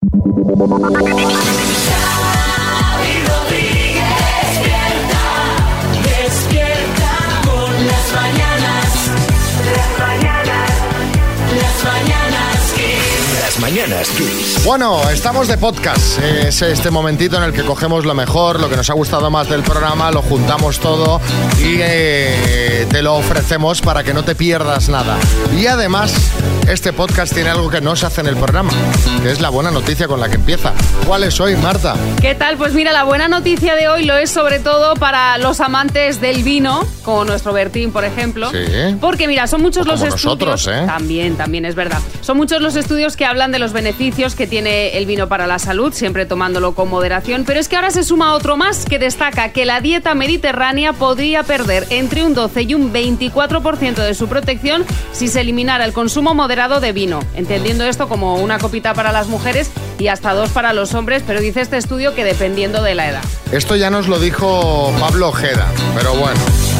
Mañanas Kiss. Bueno, estamos de podcast. Es este momentito en el que cogemos lo mejor, lo que nos ha gustado más del programa, lo juntamos todo y te lo ofrecemos para que no te pierdas nada. Y además, este podcast tiene algo que no se hace en el programa, que es la buena noticia con la que empieza. ¿Cuál es hoy, Marta? ¿Qué tal? Pues mira, la buena noticia de hoy lo es sobre todo para los amantes del vino, como nuestro Bertín, por ejemplo. Sí. Porque mira, son muchos los estudios... nosotros, ¿eh? También es verdad. Son muchos los estudios que hablan de los beneficios que tiene el vino para la salud, siempre tomándolo con moderación, pero es que ahora se suma otro más que destaca que la dieta mediterránea podría perder entre un 12 y un 24% de su protección si se eliminara el consumo moderado de vino, entendiendo esto como una copita para las mujeres y hasta 2 para los hombres, pero dice este estudio que dependiendo de la edad. Esto ya nos lo dijo Pablo Ojeda, pero bueno.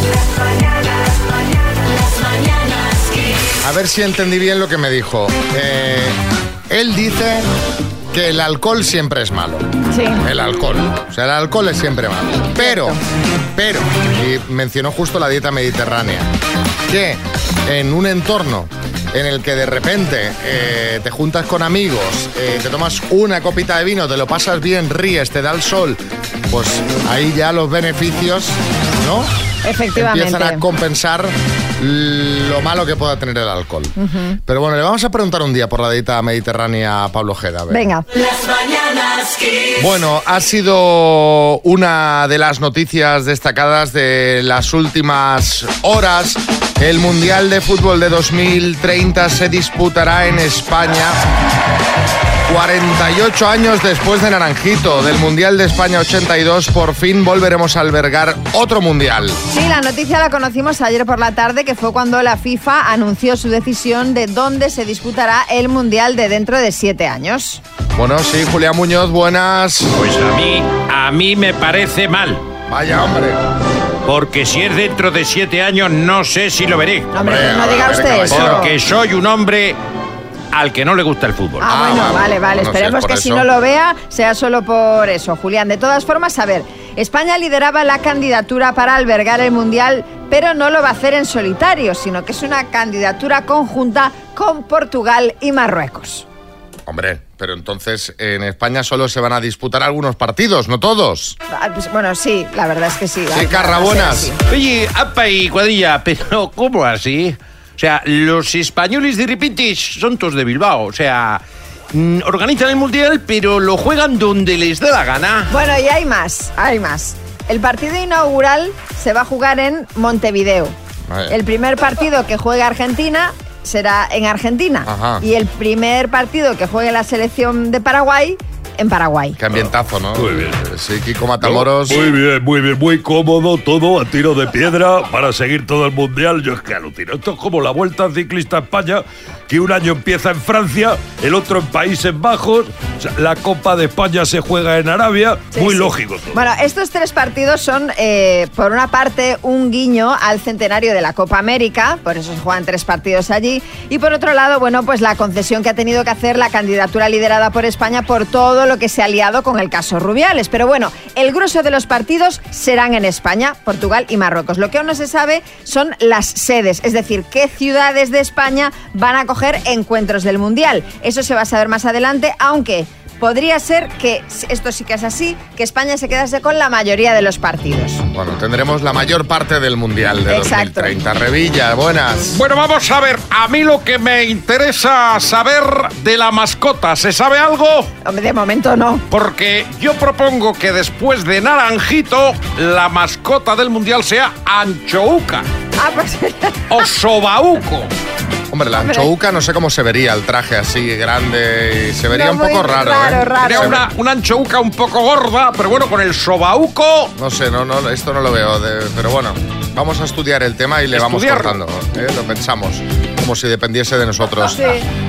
A ver si entendí bien lo que me dijo. Él dice que el alcohol siempre es malo. Sí. El alcohol. O sea, el alcohol es siempre malo. Pero, y mencionó justo la dieta mediterránea, que en un entorno en el que de repente te juntas con amigos, te tomas una copita de vino, te lo pasas bien, ríes, te da el sol, pues ahí ya los beneficios, ¿no? Efectivamente. Empiezan a compensar lo malo que pueda tener el alcohol. Uh-huh. Pero bueno, le vamos a preguntar un día por la dieta mediterránea a Pablo Ojeda. Venga. Las Mañanas Kiss. Bueno, ha sido una de las noticias destacadas de las últimas horas. El Mundial de Fútbol de 2030 se disputará en España. 48 años después de Naranjito, del Mundial de España 82, por fin volveremos a albergar otro Mundial. Sí, la noticia la conocimos ayer por la tarde, que fue cuando la FIFA anunció su decisión de dónde se disputará el Mundial de dentro de 7 años. Bueno, sí, Julián Muñoz, buenas. Pues a mí me parece mal. Vaya, hombre. Porque si es dentro de 7 años, no sé si lo veré. Hombre, no diga usted eso. Porque soy un hombre al que no le gusta el fútbol. Bueno, vale. Bueno, Esperemos si que si no lo vea, sea solo por eso, Julián. De todas formas, a ver, España lideraba la candidatura para albergar el Mundial, pero no lo va a hacer en solitario, sino que es una candidatura conjunta con Portugal y Marruecos. Hombre, pero entonces en España solo se van a disputar algunos partidos, no todos. Pues, bueno, sí, la verdad es que sí. Sí, Carrabuenas. Oye, apa y cuadrilla, pero ¿cómo así? O sea, los españoles de repente son todos de Bilbao, o sea, organizan el Mundial, pero lo juegan donde les da la gana. Bueno, y hay más. El partido inaugural se va a jugar en Montevideo. El primer partido que juegue Argentina será en Argentina. Ajá. Y el primer partido que juegue la selección de Paraguay, en Paraguay. Qué ambientazo, ¿no? Muy bien. Sí, Kiko Matamoros. Muy bien, muy cómodo todo a tiro de piedra para seguir todo el Mundial. Yo es que alutino. Esto es como la Vuelta Ciclista a España, que un año empieza en Francia, el otro en Países Bajos, o sea, la Copa de España se juega en Arabia. Sí, muy lógico todo. Bueno, estos 3 partidos son, por una parte, un guiño al centenario de la Copa América, por eso se juegan 3 partidos allí, y por otro lado, bueno, pues la concesión que ha tenido que hacer la candidatura liderada por España por todo lo que se ha liado con el caso Rubiales. Pero bueno, el grueso de los partidos serán en España, Portugal y Marruecos. Lo que aún no se sabe son las sedes, es decir, qué ciudades de España van a coger encuentros del Mundial. Eso se va a saber más adelante, aunque podría ser que, esto sí que es así, que España se quedase con la mayoría de los partidos. Bueno, tendremos la mayor parte del Mundial de 2030. Revilla, buenas. Bueno, vamos a ver, a mí lo que me interesa saber de la mascota, ¿se sabe algo? Hombre, de momento no. Porque yo propongo que después de Naranjito, la mascota del Mundial sea Anchouca. Pues... o Sobauco. Hombre, la anchouca no sé cómo se vería el traje así grande y se vería un poco raro. Sería una anchouca un poco gorda, pero bueno, con el sobauco... No sé, no, esto no lo veo, pero bueno, vamos a estudiar el tema y le vamos cortando. Lo pensamos, como si dependiese de nosotros. Sí.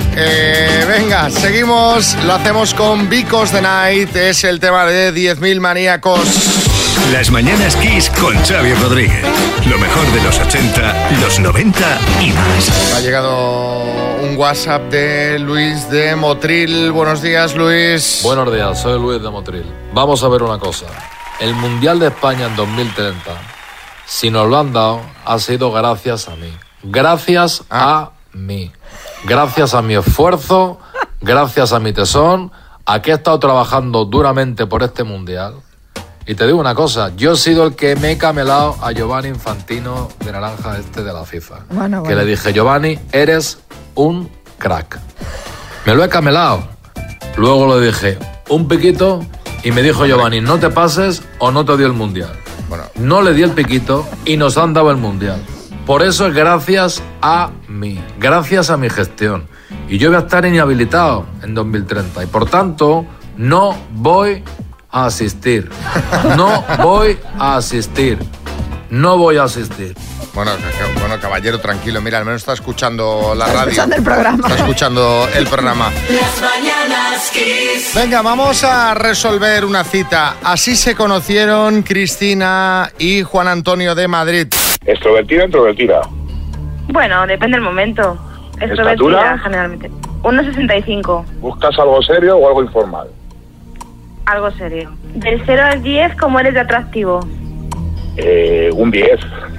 Venga, seguimos, lo hacemos con Because the Night, es el tema de 10.000 maníacos. Las Mañanas Kiss con Xavi Rodríguez. Lo mejor de los 80, los 90 y más. Ha llegado un WhatsApp de Luis de Motril. Buenos días, Luis. Buenos días, soy Luis de Motril. Vamos a ver una cosa. El Mundial de España en 2030, si nos lo han dado, ha sido gracias a mí. Gracias a mí. Gracias a mi esfuerzo, gracias a mi tesón, a que he estado trabajando duramente por este Mundial. Y te digo una cosa, yo he sido el que me he camelado a Giovanni Infantino de naranja de la FIFA. Bueno. Que le dije, Giovanni, eres un crack. Me lo he camelado. Luego le dije, un piquito, y me dijo Giovanni, no te pases o no te doy el Mundial. Bueno. No le di el piquito y nos han dado el Mundial. Por eso es gracias a mí, gracias a mi gestión. Y yo voy a estar inhabilitado en 2030 y por tanto no voy a asistir. No voy a asistir. No voy a asistir. Bueno, caballero, tranquilo. Mira, al menos está escuchando la radio. Está escuchando el programa. Está escuchando el programa. Las Mañanas Kiss. Venga, vamos a resolver una cita. Así se conocieron Cristina y Juan Antonio de Madrid. ¿Extrovertida o introvertida? Bueno, depende del momento. Extrovertida, ¿Estatura? generalmente. 1,65. ¿Buscas algo serio o algo informal? Algo serio. Del 0 al 10, ¿cómo eres de atractivo? Un 10.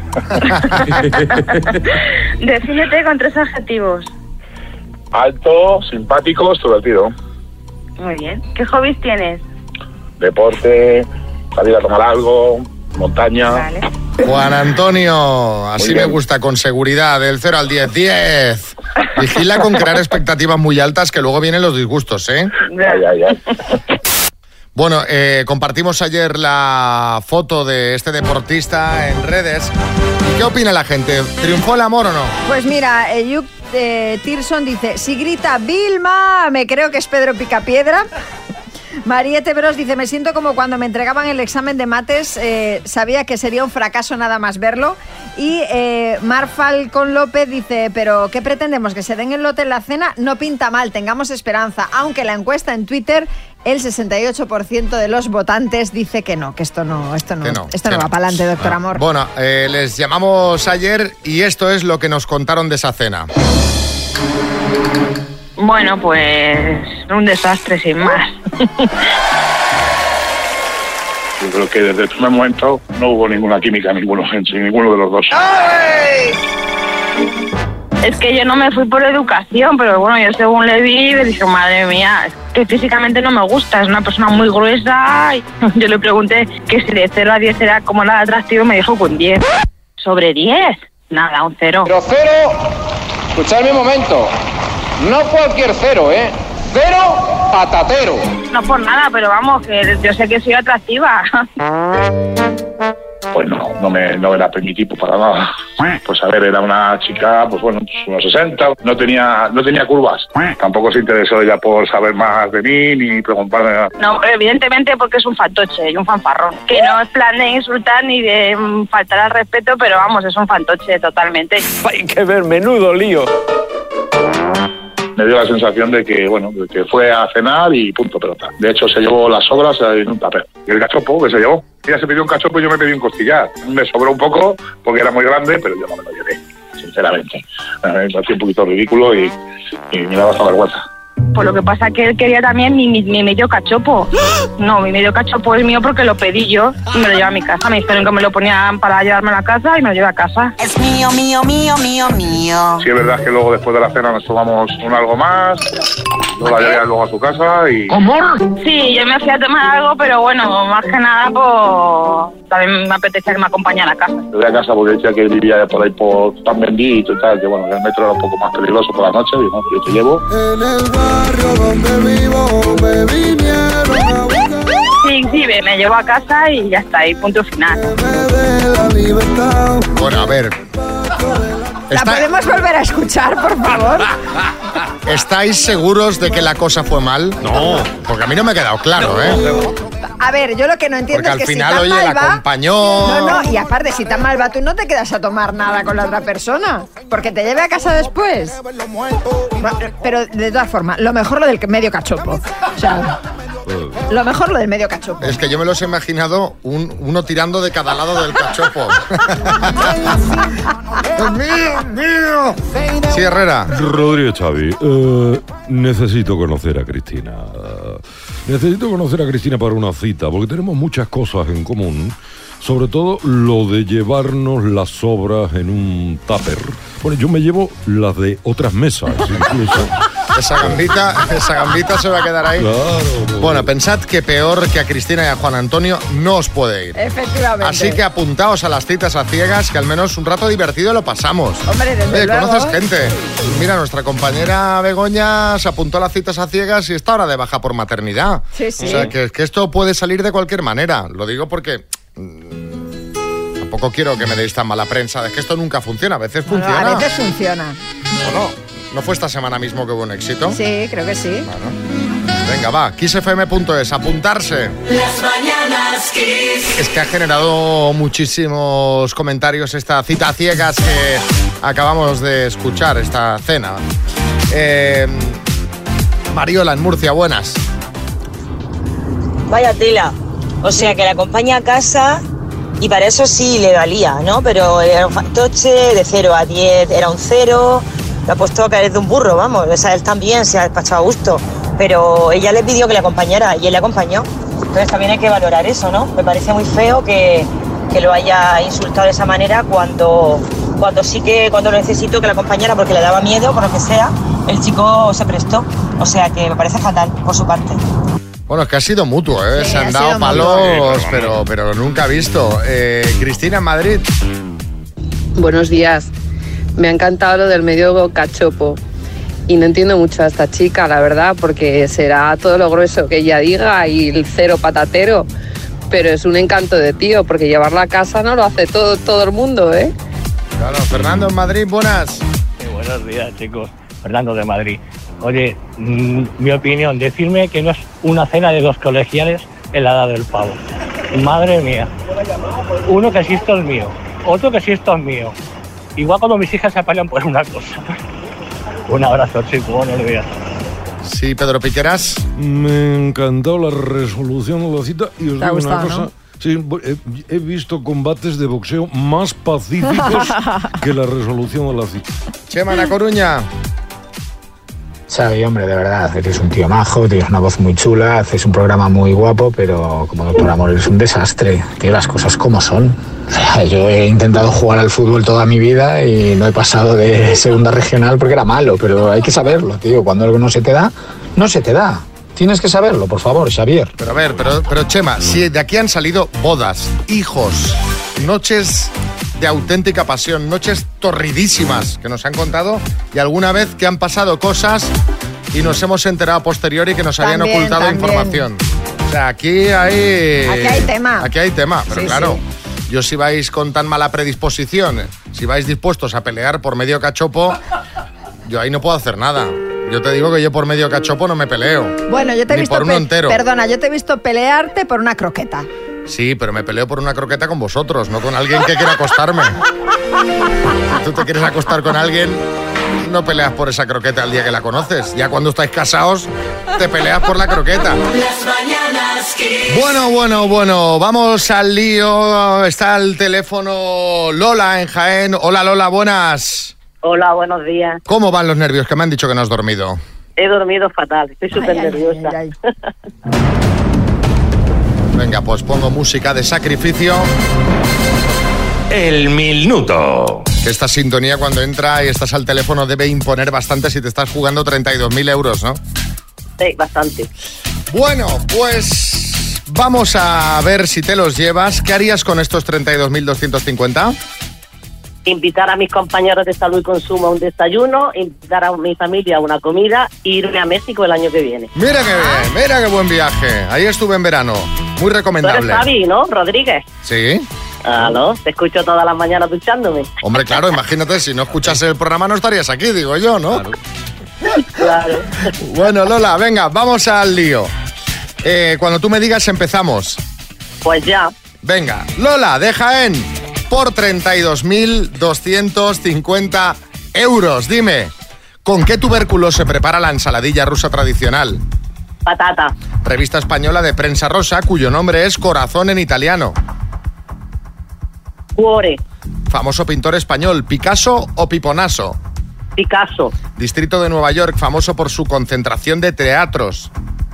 Defínete con 3 adjetivos. Alto, simpático, extrovertido. Muy bien. ¿Qué hobbies tienes? Deporte, salir a tomar algo, montaña. Vale. Juan Antonio, así Muy me bien. gusta, con seguridad, del 0 al 10. 10. Vigila con crear expectativas muy altas, que luego vienen los disgustos, ¿eh? Ay. Bueno, compartimos ayer la foto de este deportista en redes. ¿Y qué opina la gente? ¿Triunfó el amor o no? Pues mira, Yuk Tirson dice, si grita Vilma, me creo que es Pedro Picapiedra. Mariette Bros dice, me siento como cuando me entregaban el examen de mates, sabía que sería un fracaso nada más verlo. Y Mar Falcón López dice, pero ¿qué pretendemos? ¿Que se den el lote en la cena? No pinta mal, tengamos esperanza. Aunque la encuesta en Twitter, el 68% de los votantes dice que no, que esto no va para adelante, doctor Amor. Bueno, les llamamos ayer y esto es lo que nos contaron de esa cena. Bueno, pues un desastre sin más. Yo creo que desde el primer momento no hubo ninguna química en ninguno de los dos. Es que yo no me fui por educación, pero bueno, yo según le vi, le dije, madre mía, es que físicamente no me gusta, es una persona muy gruesa. Y yo le pregunté que si de 0 a 10 era como nada atractivo, me dijo que un 10. ¿Sobre 10? Nada, un 0. Pero 0, escuchadme un momento, no cualquier 0, ¿eh? 0 patatero. No por nada, pero vamos, que yo sé que soy atractiva. Pues no me la permití pues, para nada. Pues a ver, era una chica, pues bueno, pues unos 60, no tenía curvas. Tampoco se interesó ella por saber más de mí, ni preguntarme nada. No, evidentemente porque es un fantoche y un fanfarrón. Que no es plan de insultar ni de faltar al respeto, pero vamos, es un fantoche totalmente. Hay que ver, menudo lío. Me dio la sensación de que, bueno, de que fue a cenar y punto pelota. De hecho, se llevó las sobras en un tupper. Y el cachopo que se llevó. Ella se pidió un cachopo y yo me pedí un costillar. Me sobró un poco porque era muy grande, pero yo no me lo llevé, sinceramente. Me pareció un poquito ridículo y me daba hasta vergüenza. Pues lo que pasa es que él quería también mi medio cachopo. No, mi medio cachopo es mío porque lo pedí yo y me lo llevé a mi casa. Me dijeron que me lo ponían para llevarme a la casa y me lo llevé a casa. Es mío, mío, mío, mío, mío. Sí, es verdad que luego después de la cena nos tomamos un algo más. Yo la llevé luego a su casa y... Sí, yo me fui a tomar algo, pero bueno, más que nada, pues también me apetecía que me acompañara a casa. Llegué a casa porque decía que vivía por ahí por tan bendito y tal, que bueno, que el metro era un poco más peligroso por la noche. Y bueno, yo te llevo. En el barrio donde vivo me vinieron a buscar. Sí, me llevó a casa y ya está, y punto final. Bueno, a ver. ¿La podemos volver a escuchar, por favor? ¿Estáis seguros de que la cosa fue mal? No, porque a mí no me ha quedado claro, ¿eh? A ver, yo lo que no entiendo Porque es que al final, si tan oye, mal la va... acompañó. No, y aparte, si tan mal va, tú no te quedas a tomar nada con la otra persona, porque te lleve a casa después. Pero, de todas formas, lo mejor lo del medio cachopo. O sea... Lo mejor lo del medio cachopo. Es que yo me los he imaginado uno tirando de cada lado del cachopo. ¡Mío! Sí, Herrera. Rodríguez Xavi, necesito conocer a Cristina. Necesito conocer a Cristina para una cita, porque tenemos muchas cosas en común. Sobre todo lo de llevarnos las sobras en un tupper. Bueno, yo me llevo las de otras mesas, incluso. Esa gambita se va a quedar ahí. Claro. Bueno, pensad que peor que a Cristina y a Juan Antonio no os puede ir. Efectivamente. Así que apuntaos a las citas a ciegas, que al menos un rato divertido lo pasamos. Hombre, desde luego. Conoces gente. Mira, nuestra compañera Begoña se apuntó a las citas a ciegas y está ahora de baja por maternidad. Sí, sí. O sea, que esto puede salir de cualquier manera. Lo digo porque... tampoco quiero que me deis tan mala prensa. Es que esto nunca funciona. A veces funciona. A veces funciona. Bueno, ¿no fue esta semana mismo que hubo un éxito? Sí, creo que sí. Bueno. Venga, va, kissfm.es, apuntarse. Las mañanas Kiss. Es que ha generado muchísimos comentarios esta cita a ciegas que acabamos de escuchar, esta cena. Mariola, en Murcia, buenas. Vaya tela. O sea, que la acompaña a casa y para eso sí le valía, ¿no? Pero era un fantoche, de 0 a 10 era un 0, lo ha puesto a caer de un burro, vamos. O sea, él también se ha despachado a gusto, pero ella le pidió que le acompañara y él le acompañó. Entonces también hay que valorar eso, ¿no? Me parece muy feo que lo haya insultado de esa manera cuando lo necesito que la acompañara porque le daba miedo, por lo que sea, el chico se prestó. O sea, que me parece fatal por su parte. Bueno, es que ha sido mutuo, ¿eh? Sí, se han dado palos, pero nunca visto. Cristina, en Madrid. Buenos días. Me ha encantado lo del medio cachopo. Y no entiendo mucho a esta chica, la verdad, porque será todo lo grueso que ella diga y el 0 patatero. Pero es un encanto de tío, porque llevarla a casa no lo hace todo el mundo, ¿eh? Claro, Fernando, en Madrid, buenas. Buenos días, chicos. Fernando de Madrid. Oye, mi opinión, decirme que no es una cena de 2 colegiales en la edad del pavo. Madre mía. Uno que sí esto es mío, otro que sí esto es mío. Igual como mis hijas se pelean por una cosa. Un abrazo, chicos, buenos días. Sí, Pedro Piqueras. Me encantó la resolución de la cita y os digo una cosa. ¿No? Sí, he visto combates de boxeo más pacíficos que la resolución de la cita. Chema, La Coruña. Xavi, hombre, de verdad, eres un tío majo, tienes una voz muy chula, haces un programa muy guapo, pero como Doctor Amor eres un desastre. Tío, las cosas como son. O sea, yo he intentado jugar al fútbol toda mi vida y no he pasado de segunda regional porque era malo, pero hay que saberlo, tío. Cuando algo no se te da, no se te da. Tienes que saberlo, por favor, Xavier. Pero a ver, pero Chema, si de aquí han salido bodas, hijos, noches de auténtica pasión, noches torridísimas que nos han contado y alguna vez que han pasado cosas y nos hemos enterado a posteriori que nos habían ocultado información. O sea, aquí hay tema. Aquí hay tema, pero sí, claro, sí. Yo si vais con tan mala predisposición, si vais dispuestos a pelear por medio cachopo, yo ahí no puedo hacer nada. Yo te digo que yo por medio cachopo no me peleo. Bueno, yo te he visto por uno entero. Perdona, yo te he visto pelearte por una croqueta. Sí, pero me peleo por una croqueta con vosotros, no con alguien que quiera acostarme. Si tú te quieres acostar con alguien, no peleas por esa croqueta el día que la conoces. Ya cuando estáis casados, te peleas por la croqueta. Bueno, vamos al lío. Está al teléfono Lola en Jaén. Hola, Lola, buenas. Hola, buenos días. ¿Cómo van los nervios? Que me han dicho que no has dormido. He dormido fatal, estoy súper nerviosa. Venga, pues pongo música de sacrificio. El minuto. Que esta sintonía cuando entra y estás al teléfono debe imponer bastante si te estás jugando 32.000 euros, ¿no? Sí, bastante. Bueno, pues vamos a ver si te los llevas. ¿Qué harías con estos 32.250? Invitar a mis compañeros de salud y consumo a un desayuno, invitar a mi familia a una comida e irme a México el año que viene. Mira qué bien, mira qué buen viaje. Ahí estuve en verano, muy recomendable. ¿Tú eres Xavi, no, Rodríguez? Sí. Ah, ¿no? Te escucho todas las mañanas duchándome. Hombre, claro, imagínate, si no escuchas el programa no estarías aquí, digo yo, ¿no? Claro. Bueno, Lola, venga, vamos al lío. Cuando tú me digas empezamos. Pues ya. Venga, Lola, de Jaén, por 32.250 euros. Dime, ¿con qué tubérculo se prepara la ensaladilla rusa tradicional? Patata. Revista española de prensa rosa, cuyo nombre es Corazón en italiano. Cuore. Famoso pintor español, ¿Picasso o Piponasso? Picasso. Distrito de Nueva York, famoso por su concentración de teatros.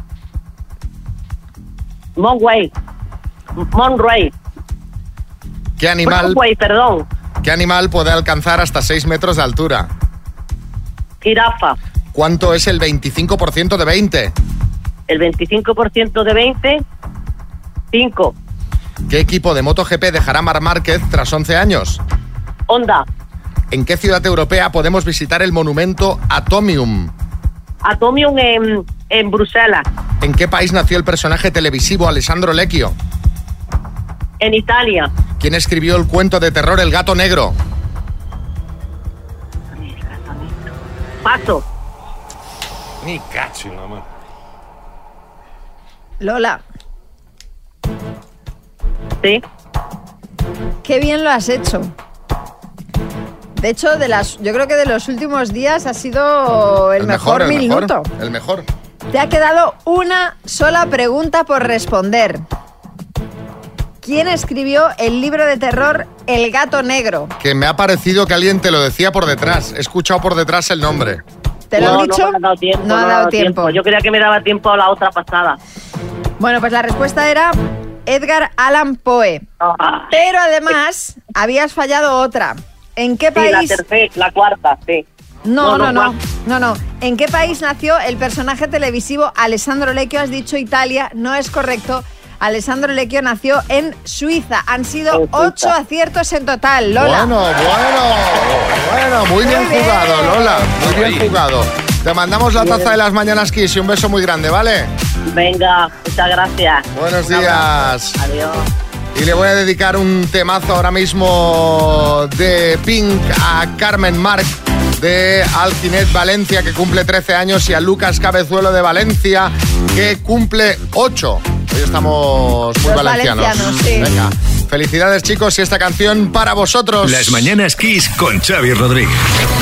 Monway. Monroy. ¿Qué animal puede alcanzar hasta 6 metros de altura? Jirafa. ¿Cuánto es el 25% de 20? El 25% de 20, 5. ¿Qué equipo de MotoGP dejará Marc Márquez tras 11 años? Honda. ¿En qué ciudad europea podemos visitar el monumento Atomium? Atomium en Bruselas. ¿En qué país nació el personaje televisivo Alessandro Lecchio? En Italia. ¿Quién escribió el cuento de terror El gato negro? Paso. Ni cacho, mamá. Lola. Sí. Qué bien lo has hecho. De hecho, yo creo que de los últimos días ha sido el mejor minuto. El mejor. Te ha quedado una sola pregunta por responder. ¿Quién escribió el libro de terror El gato negro? Que me ha parecido que alguien te lo decía por detrás. He escuchado por detrás el nombre. ¿Te lo he dicho? No me ha dado tiempo. No ha dado tiempo. Yo creía que me daba tiempo a la otra pasada. Bueno, pues la respuesta era Edgar Allan Poe. Pero además habías fallado otra. ¿En qué país? Sí, la cuarta, sí. No. ¿En qué país nació el personaje televisivo Alessandro Lecchio? Has dicho Italia, no es correcto. Alessandro Lecchio nació en Suiza. Han sido 8 aciertos en total, Lola. Bueno, muy bien jugado, Lola. Muy bien jugado. Te mandamos la taza de las Mañanas Kiss y un beso muy grande, ¿vale? Venga, muchas gracias. Buenos días. Adiós. Y le voy a dedicar un temazo ahora mismo de Pink a Carmen Marc de Alginet Valencia, que cumple 13 años, y a Lucas Cabezuelo de Valencia, que cumple 8. Hoy estamos muy valencianos. Sí. Venga, felicidades, chicos, y esta canción para vosotros. Las Mañanas Kiss con Xavi Rodríguez.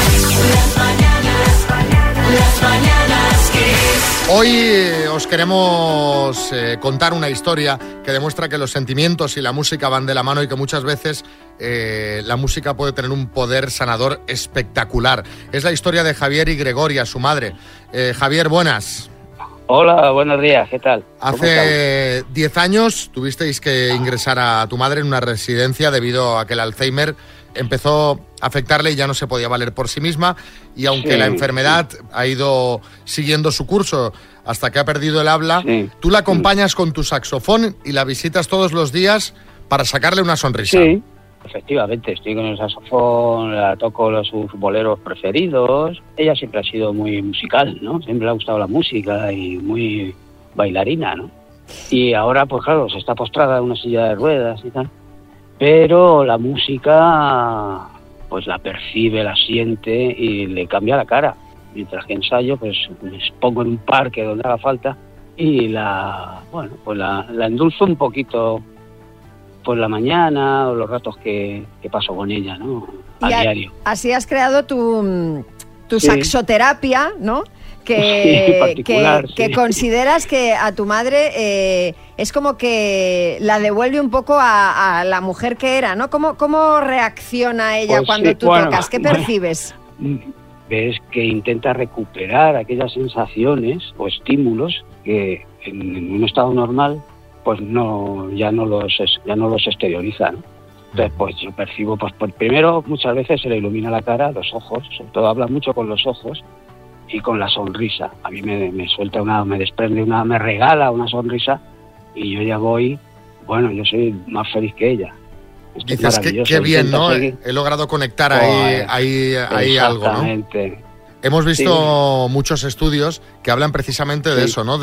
Las Mañanas Kiss. Hoy os queremos contar una historia que demuestra que los sentimientos y la música van de la mano y que muchas veces la música puede tener un poder sanador espectacular. Es la historia de Javier y Gregoria, su madre. Javier, buenas. Hola, buenos días, ¿qué tal? Hace 10 años tuvisteis que ingresar a tu madre en una residencia debido a que el Alzheimer empezó a afectarle y ya no se podía valer por sí misma, y aunque la enfermedad ha ido siguiendo su curso hasta que ha perdido el habla, tú la acompañas con tu saxofón y la visitas todos los días para sacarle una sonrisa. Sí, efectivamente, estoy con el saxofón, la toco sus boleros preferidos. Ella siempre ha sido muy musical, ¿no? Siempre le ha gustado la música y muy bailarina, ¿no? Y ahora, pues claro, se está postrada en una silla de ruedas y tal. Pero la música, pues la percibe, la siente y le cambia la cara. Mientras que ensayo, pues me pongo en un parque donde haga falta y la endulzo un poquito por la mañana o los ratos que paso con ella, ¿no? A diario. Así has creado tu saxoterapia, ¿no? Que consideras que a tu madre es como que la devuelve un poco a la mujer que era, ¿no? ¿Cómo reacciona ella pues cuando tú tocas? ¿Qué percibes? Ves que intenta recuperar aquellas sensaciones o estímulos que en un estado normal pues ya no los exterioriza, ¿no? Entonces pues yo percibo, pues primero muchas veces se le ilumina la cara, los ojos, sobre todo habla mucho con los ojos y con la sonrisa. A mí me suelta me regala una sonrisa y yo ya voy, yo soy más feliz que ella. Dices que qué bien, ¿no? He logrado conectar ahí algo, ¿no? Exactamente. Hemos visto muchos estudios que hablan precisamente de eso, ¿no?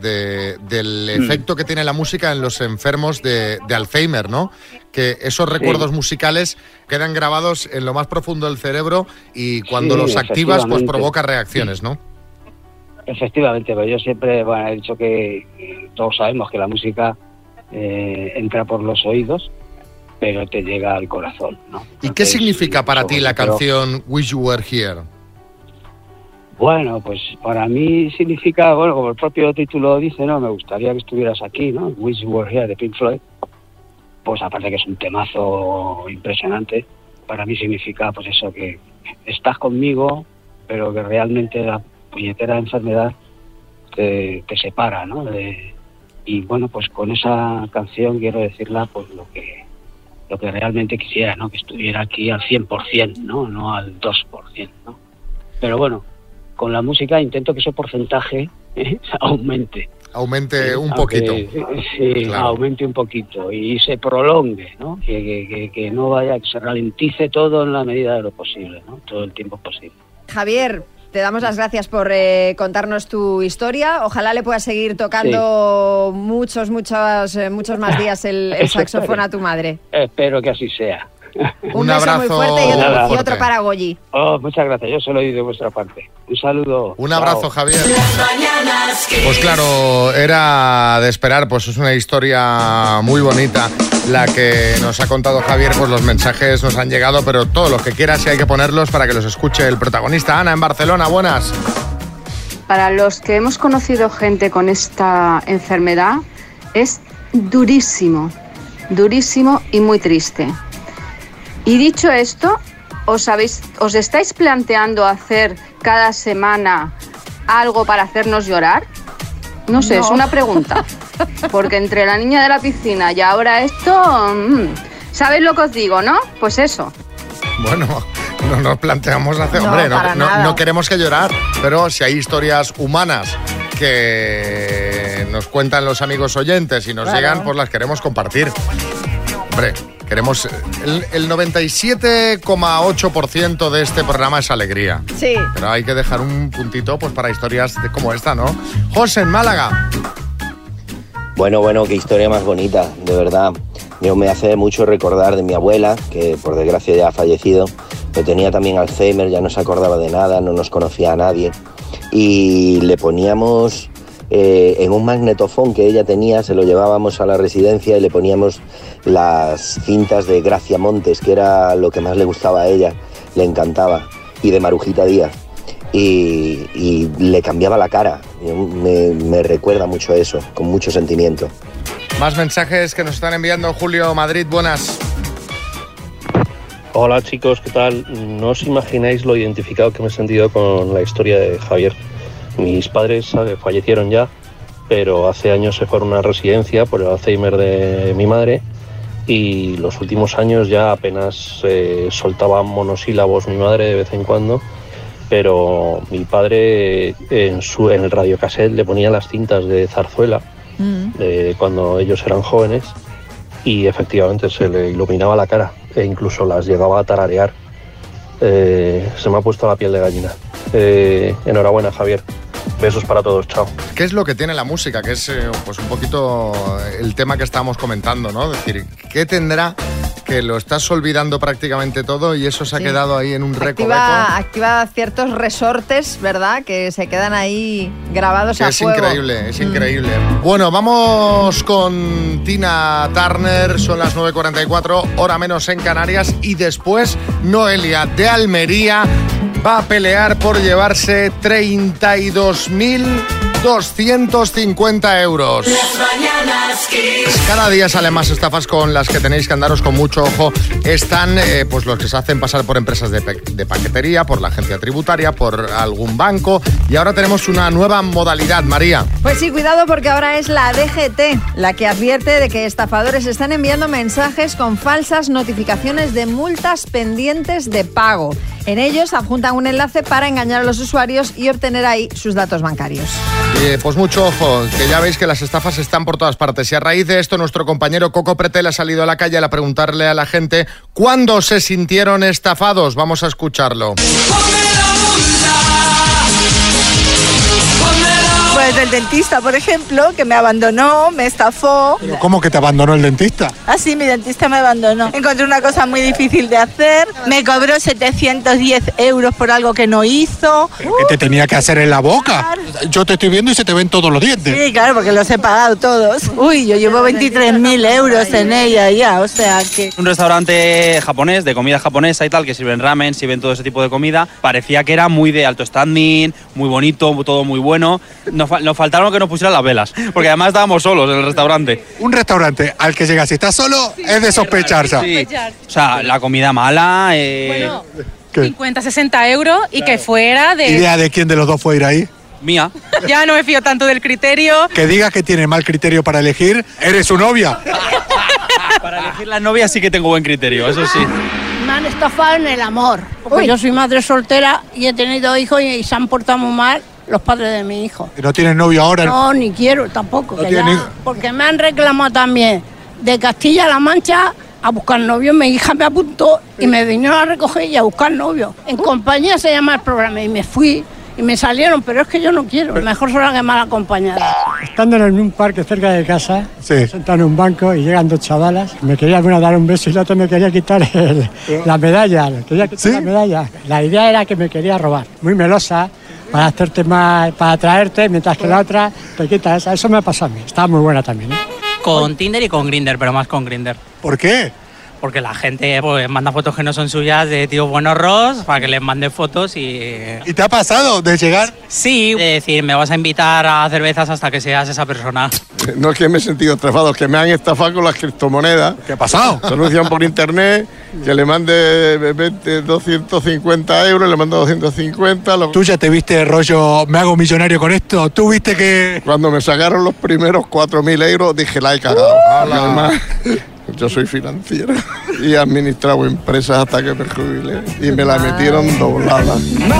Del efecto que tiene la música en los enfermos de Alzheimer, ¿no? Que esos recuerdos musicales quedan grabados en lo más profundo del cerebro y cuando los activas, pues provoca reacciones, ¿no? Efectivamente, pero yo siempre he dicho que todos sabemos que la música entra por los oídos, pero te llega al corazón, ¿no? ¿Y qué significa para ti la canción Wish You Were Here? Bueno, pues para mí significa, bueno, como el propio título dice, ¿no? Me gustaría que estuvieras aquí, ¿no? Wish You Were Here de Pink Floyd. Pues aparte que es un temazo impresionante, para mí significa, pues eso, que estás conmigo, pero que realmente la puñetera enfermedad te separa, ¿no? Y bueno, pues con esa canción quiero decirla, pues lo que realmente quisiera, ¿no? Que estuviera aquí al 100%, no al 2%, ¿no? Pero bueno, con la música intento que ese porcentaje aumente. Aumente un poquito. Sí, claro. Aumente un poquito y se prolongue, ¿no? Que no vaya, que se ralentice todo en la medida de lo posible, ¿no? Todo el tiempo posible. Javier, te damos las gracias por contarnos tu historia. Ojalá le puedas seguir tocando muchos más días el saxofón a tu madre. Espero que así sea. Un abrazo muy fuerte y otro para Goyi. Muchas gracias, yo se lo doy de vuestra parte. Un saludo. Un abrazo, Javier. Pues claro, era de esperar, pues es una historia muy bonita la que nos ha contado Javier, pues los mensajes nos han llegado, pero todos los que quieras y hay que ponerlos para que los escuche el protagonista. Ana, en Barcelona, buenas. Para los que hemos conocido gente con esta enfermedad, es durísimo y muy triste. Y dicho esto, ¿os estáis planteando hacer cada semana algo para hacernos llorar? No sé, es una pregunta. Porque entre la niña de la piscina y ahora esto, ¿sabéis lo que os digo, no? Pues eso. Bueno, no nos planteamos hacer, hombre, no queremos que llorar, pero si hay historias humanas que nos cuentan los amigos oyentes y nos llegan, pues las queremos compartir. Hombre, queremos el 97,8% de este programa es alegría. Sí. Pero hay que dejar un puntito pues para historias como esta, ¿no? José, en Málaga. Bueno, qué historia más bonita, de verdad. Yo me hace mucho recordar de mi abuela, que por desgracia ya ha fallecido, pero tenía también Alzheimer, ya no se acordaba de nada, no nos conocía a nadie. Y le poníamos en un magnetofón que ella tenía, se lo llevábamos a la residencia y le poníamos las cintas de Gracia Montes, que era lo que más le gustaba a ella, le encantaba, y de Marujita Díaz. Y le cambiaba la cara. Me recuerda mucho eso, con mucho sentimiento. Más mensajes que nos están enviando. Julio, Madrid, buenas. Hola chicos, ¿qué tal? No os imagináis lo identificado que me he sentido con la historia de Javier. Mis padres fallecieron ya, pero hace años se fueron a una residencia por el Alzheimer de mi madre y los últimos años ya apenas soltaba monosílabos mi madre de vez en cuando, pero mi padre en el radiocassette le ponía las cintas de zarzuela de cuando ellos eran jóvenes y efectivamente se le iluminaba la cara e incluso las llegaba a tararear. Se me ha puesto la piel de gallina. Enhorabuena, Javier. Besos para todos, chao. ¿Qué es lo que tiene la música? Que es pues un poquito el tema que estábamos comentando, ¿no? Es decir, ¿qué tendrá que lo estás olvidando prácticamente todo y eso se ha quedado ahí en un recoveco? Activa ciertos resortes, ¿verdad? Que se quedan ahí grabados a fuego. Es increíble. Bueno, vamos con Tina Turner, son las 9:44, hora menos en Canarias, y después Noelia de Almería va a pelear por llevarse 32.250 euros. Cada día salen más estafas con las que tenéis que andaros con mucho ojo. Están pues los que se hacen pasar por empresas de paquetería, por la agencia tributaria, por algún banco. Y ahora tenemos una nueva modalidad, María. Pues sí, cuidado porque ahora es la DGT la que advierte de que estafadores están enviando mensajes con falsas notificaciones de multas pendientes de pago. En ellos adjuntan un enlace para engañar a los usuarios y obtener ahí sus datos bancarios. Pues mucho ojo, que ya veis que las estafas están por todas partes. Y a raíz de esto, nuestro compañero Coco Pretel ha salido a la calle a preguntarle a la gente cuándo se sintieron estafados. Vamos a escucharlo. Pues Pues del dentista, por ejemplo, que me abandonó, me estafó. ¿Pero cómo que te abandonó el dentista? Ah, sí, mi dentista me abandonó. Encontré una cosa muy difícil de hacer. Me cobró 710 euros por algo que no hizo. ¿Pero qué te tenía que hacer en la boca? Yo te estoy viendo y se te ven todos los dientes. Sí, claro, porque los he pagado todos. Uy, yo llevo 23.000 euros en ella ya, o sea que... Un restaurante japonés, de comida japonesa y tal, que sirven ramen, sirven todo ese tipo de comida. Parecía que era muy de alto standing, muy bonito, todo muy bueno. Nos faltaron que nos pusieran las velas, porque además estábamos solos en el restaurante. Un restaurante al que llegas y estás solo es de sospecharse. Sí. O sea, la comida mala... ¿Qué? 50, 60 euros y que fuera de... ¿Idea de quién de los dos fue ir ahí? Mía. Ya no me fío tanto del criterio. Que digas que tiene mal criterio para elegir, eres su novia. Para elegir la novia sí que tengo buen criterio, eso sí. Me han estafado en el amor, porque yo soy madre soltera y he tenido hijos y se han portado muy mal los padres de mi hijo. ¿No tienes novio ahora? No, ni quiero tampoco, No que tienes ya, porque me han reclamado también de Castilla-La Mancha a buscar novio. Mi hija me apuntó y me vinieron a recoger y a buscar novio. En compañía se llama el programa y me fui y me salieron, pero es que yo no quiero, mejor sola que mal acompañada. Estando en un parque cerca de casa, sentado en un banco y llegan dos chavalas, me quería una dar un beso y la otra me quería quitar la medalla, la medalla. La idea era que me quería robar, muy melosa, para hacerte más, para atraerte, mientras que la otra te quita esa. Eso me pasó a mí, estaba muy buena también. Con Tinder y con Grindr, pero más con Grindr. ¿Por qué? Porque la gente pues, manda fotos que no son suyas de tíos buenorros para que les mande fotos y... ¿Y te ha pasado de llegar? Sí, de decir, me vas a invitar a cervezas hasta que seas esa persona. No es que me he sentido estafado, es que me han estafado con las criptomonedas. ¿Qué ha pasado? Se anuncian por internet que le mande 250 euros, le mando 250. ¿Tú ya te viste rollo, me hago millonario con esto? ¿Tú viste que...? Cuando me sacaron los primeros 4.000 euros dije, la he cagado. Además, yo soy financiero y he administrado empresas hasta que me jubilé y me la metieron doblada.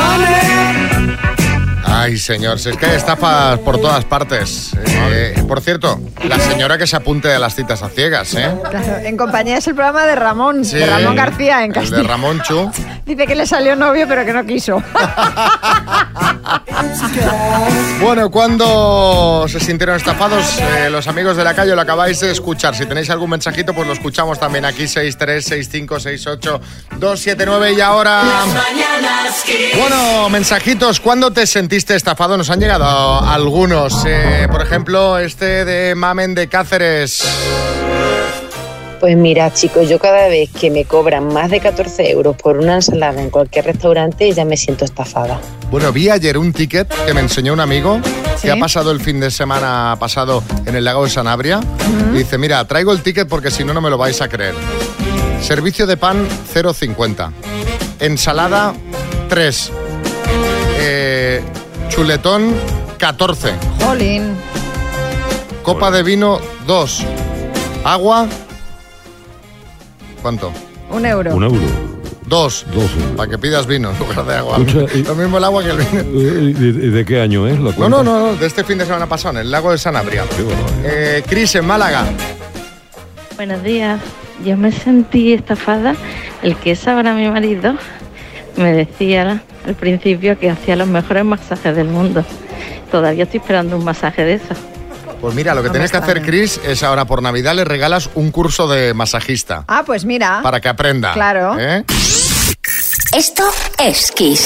Ay, señor, si es que hay estafas por todas partes. Por cierto, la señora que se apunte a las citas a ciegas, ¿eh? Claro, En compañía es el programa de Ramón, Sí, de Ramón García en Castilla. El de Ramón Chu. Dice que le salió novio pero que no quiso. Bueno, ¿cuándo se sintieron estafados? Los amigos de la calle lo acabáis de escuchar. Si tenéis algún mensajito, pues lo escuchamos también aquí, 636568279. Y ahora... Bueno, mensajitos, ¿cuándo te sentiste estafado? Nos han llegado algunos. Por ejemplo, este de Mamen de Cáceres. Pues mira, chicos, yo cada vez que me cobran más de 14 euros por una ensalada en cualquier restaurante ya me siento estafada. Bueno, vi ayer un ticket que me enseñó un amigo que ha pasado el fin de semana pasado en el lago de Sanabria. Y dice, mira, traigo el ticket porque si no, no me lo vais a creer. Servicio de pan 0,50. Ensalada 3. Chuletón 14. Jolín. Copa de vino 2. Agua... ¿Cuánto? 1 euro. 1 euro. 2. Para que pidas vino en lugar de agua. Escucha, Lo mismo el agua que el vino. ¿Y de qué año es la cuenta? No, de este fin de semana pasado, en el lago de Sanabria. Cris, en Málaga. Buenos días. Yo me sentí estafada. El que es ahora mi marido me decía al principio que hacía los mejores masajes del mundo. Todavía estoy esperando un masaje de eso. Pues mira, lo que tienes que hacer, Cris, es ahora por Navidad le regalas un curso de masajista. Ah, pues mira. Para que aprenda. Claro. Esto es Kiss.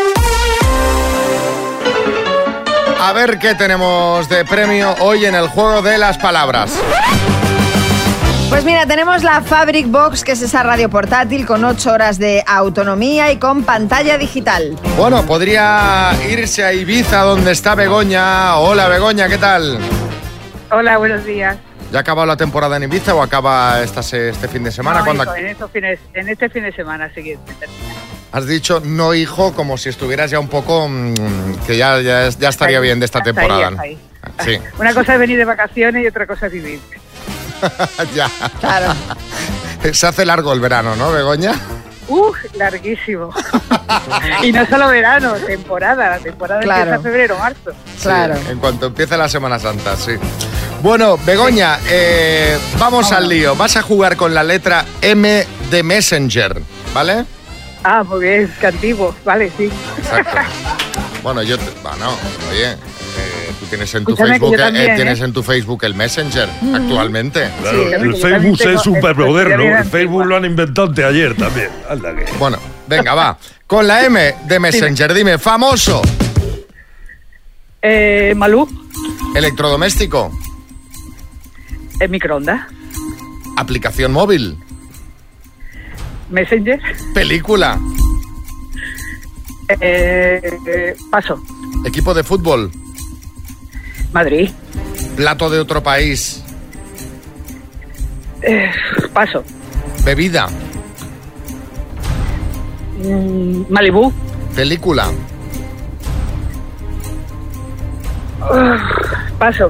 A ver qué tenemos de premio hoy en el juego de las palabras. Pues mira, tenemos la Fabric Box, que es esa radio portátil con 8 horas de autonomía y con pantalla digital. Bueno, podría irse a Ibiza, donde está Begoña. Hola, Begoña, ¿qué tal? Hola, buenos días. ¿Ya ha acabado la temporada en Ibiza o acaba este fin de semana? No, hijo, en este fin de semana siguiente. Has dicho no, hijo, como si estuvieras ya un poco... que ya estaría bien de esta temporada. Ahí. Sí. Una cosa es venir de vacaciones y otra cosa es vivir. Ya. Claro. Se hace largo el verano, ¿no, Begoña? Larguísimo. Y no solo verano, temporada. La temporada empieza febrero, marzo. Claro. Sí, en cuanto empiece la Semana Santa, sí. Bueno, Begoña, vamos al lío. Vas a jugar con la letra M de Messenger, ¿vale? Ah, muy bien, que antiguo. Vale, sí. Exacto. Bueno, oye, tú tienes en tu Escúchame, Facebook, que yo también, tienes en tu Facebook el Messenger actualmente. Claro, Sí, el yo Facebook también es tengo- súper moderno. bien El Facebook lo han inventado ayer también. Anda que. Bueno, venga, va. Con la M de Messenger, dime, famoso. Malú, Electrodoméstico. microondas, Aplicación móvil. Messenger, Película. paso, Equipo de fútbol. Madrid, Plato de otro país. paso, Bebida. Malibú, Película. paso.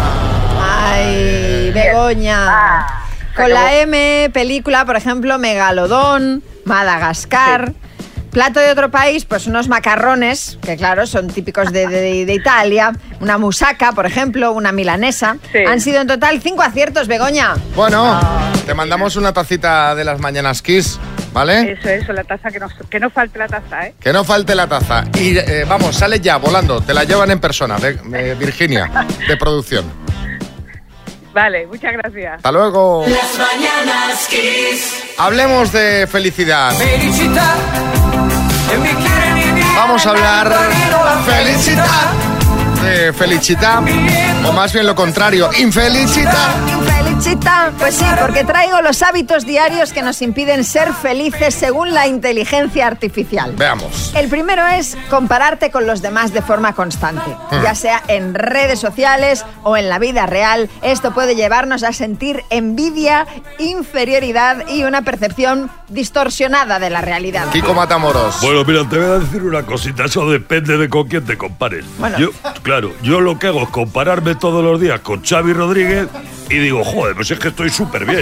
Ay, Begoña. Con la M, película, por ejemplo, Megalodón, Madagascar. Plato de otro país, pues unos macarrones, que claro, son típicos de Italia. Una musaca, por ejemplo, una milanesa. Sí. Han sido en total 5 aciertos, Begoña. Bueno, te mandamos una tacita de las Mañanas Kiss, ¿vale? Eso, la taza, que no falte la taza, ¿eh? Que no falte la taza. Y vamos, sale ya, volando. Te la llevan en persona, Virginia, de producción. Vale, muchas gracias. Hasta luego. Las Mañanas Kiss. Hablemos de felicidad. Felicità e un bicchiere di vino. Vamos a hablar de felicidad, o más bien lo contrario, infelicidad. Infelicita, pues sí, porque traigo los hábitos diarios que nos impiden ser felices según la inteligencia artificial. Veamos. El primero es compararte con los demás de forma constante, ya sea en redes sociales o en la vida real. Esto puede llevarnos a sentir envidia, inferioridad y una percepción distorsionada de la realidad. Kiko Matamoros. Bueno, mira, te voy a decir una cosita. Eso depende de con quién te compares. Bueno. Yo lo que hago es compararme todos los días con Xavi Rodríguez y digo, joder, pues es que estoy súper bien.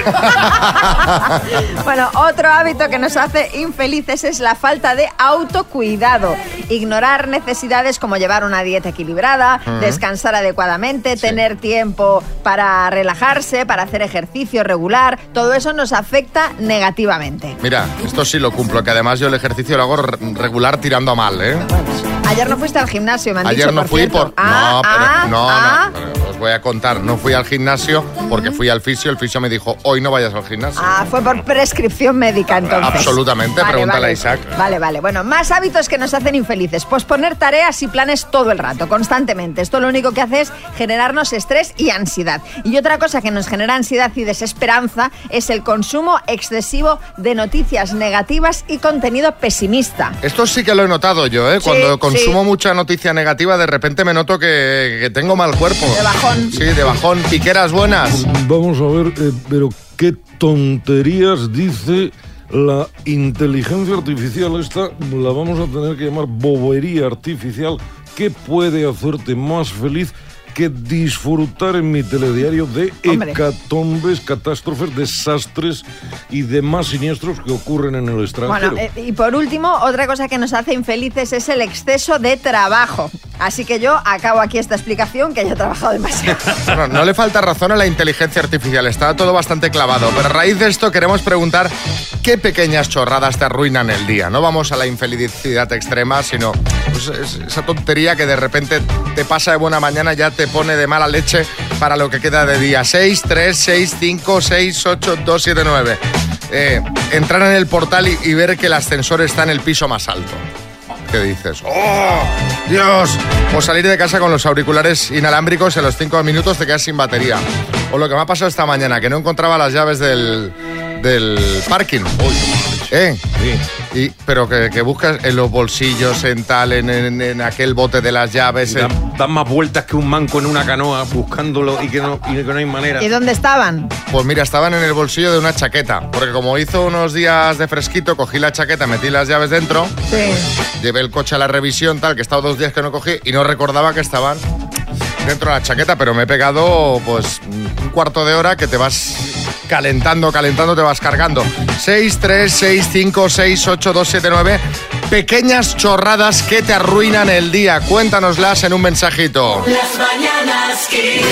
Bueno, otro hábito que nos hace infelices es la falta de autocuidado. Ignorar necesidades como llevar una dieta equilibrada, descansar adecuadamente, tener tiempo para relajarse, para hacer ejercicio regular. Todo eso nos afecta negativamente. Mira, esto sí lo cumplo, que además yo el ejercicio lo hago regular tirando a mal, ¿eh? Ayer no fuiste al gimnasio, me han Ayer dicho, no por fui cierto. no, pero os voy a contar, no fui al gimnasio porque fui al fisio, el fisio me dijo, hoy no vayas al gimnasio. Fue por prescripción médica entonces. Absolutamente, pregúntale a Isaac. Vale. Bueno, más hábitos que nos hacen infelices. Posponer tareas y planes todo el rato, constantemente. Esto lo único que hace es generarnos estrés y ansiedad. Y otra cosa que nos genera ansiedad y desesperanza es el consumo excesivo de noticias negativas y contenido pesimista. Esto sí que lo he notado yo, ¿eh? Sí, Cuando consumo sí. mucha noticia negativa, de repente me noto que tengo mal cuerpo. De bajón. Sí, de bajón. Piqueras buenas. Vamos a ver, pero qué tonterías dice la inteligencia artificial esta. La vamos a tener que llamar bobería artificial. ¿Qué puede hacerte más feliz que disfrutar en mi telediario de Hombre. hecatombes, catástrofes, desastres y demás siniestros que ocurren en el extranjero? Bueno, y por último, otra cosa que nos hace infelices es el exceso de trabajo. Así que yo acabo aquí esta explicación, que ya he trabajado demasiado. Bueno, no le falta razón a la inteligencia artificial, está todo bastante clavado. Pero a raíz de esto queremos preguntar qué pequeñas chorradas te arruinan el día. No vamos a la infelicidad extrema, sino pues, esa tontería que de repente te pasa de buena mañana y ya te pone de mala leche para lo que queda de día. 6, 3, 6, 5, 6, 8, 2, 7, 9. Entrar en el portal y ver que el ascensor está en el piso más alto. ¿Qué dices? ¡Oh, Dios! O salir de casa con los auriculares inalámbricos y a los 5 minutos te quedas sin batería. O lo que me ha pasado esta mañana, que no encontraba las llaves del parking. Pero que buscas en los bolsillos, en tal, en aquel bote de las llaves. Dan más vueltas que un manco en una canoa buscándolo y que no hay manera. ¿Y dónde estaban? Pues mira, estaban en el bolsillo de una chaqueta. Porque como hizo unos días de fresquito, cogí la chaqueta, metí las llaves dentro. Sí. Llevé el coche a la revisión, tal, que he estado 2 días que no cogí y no recordaba que estaban dentro de la chaqueta, pero me he pegado pues un cuarto de hora que te vas calentando, te vas cargando. 6, 3, 6, 5, 6, 8, 2, 7, 9. Pequeñas chorradas que te arruinan el día. Cuéntanoslas en un mensajito. Las Mañanas Kiss.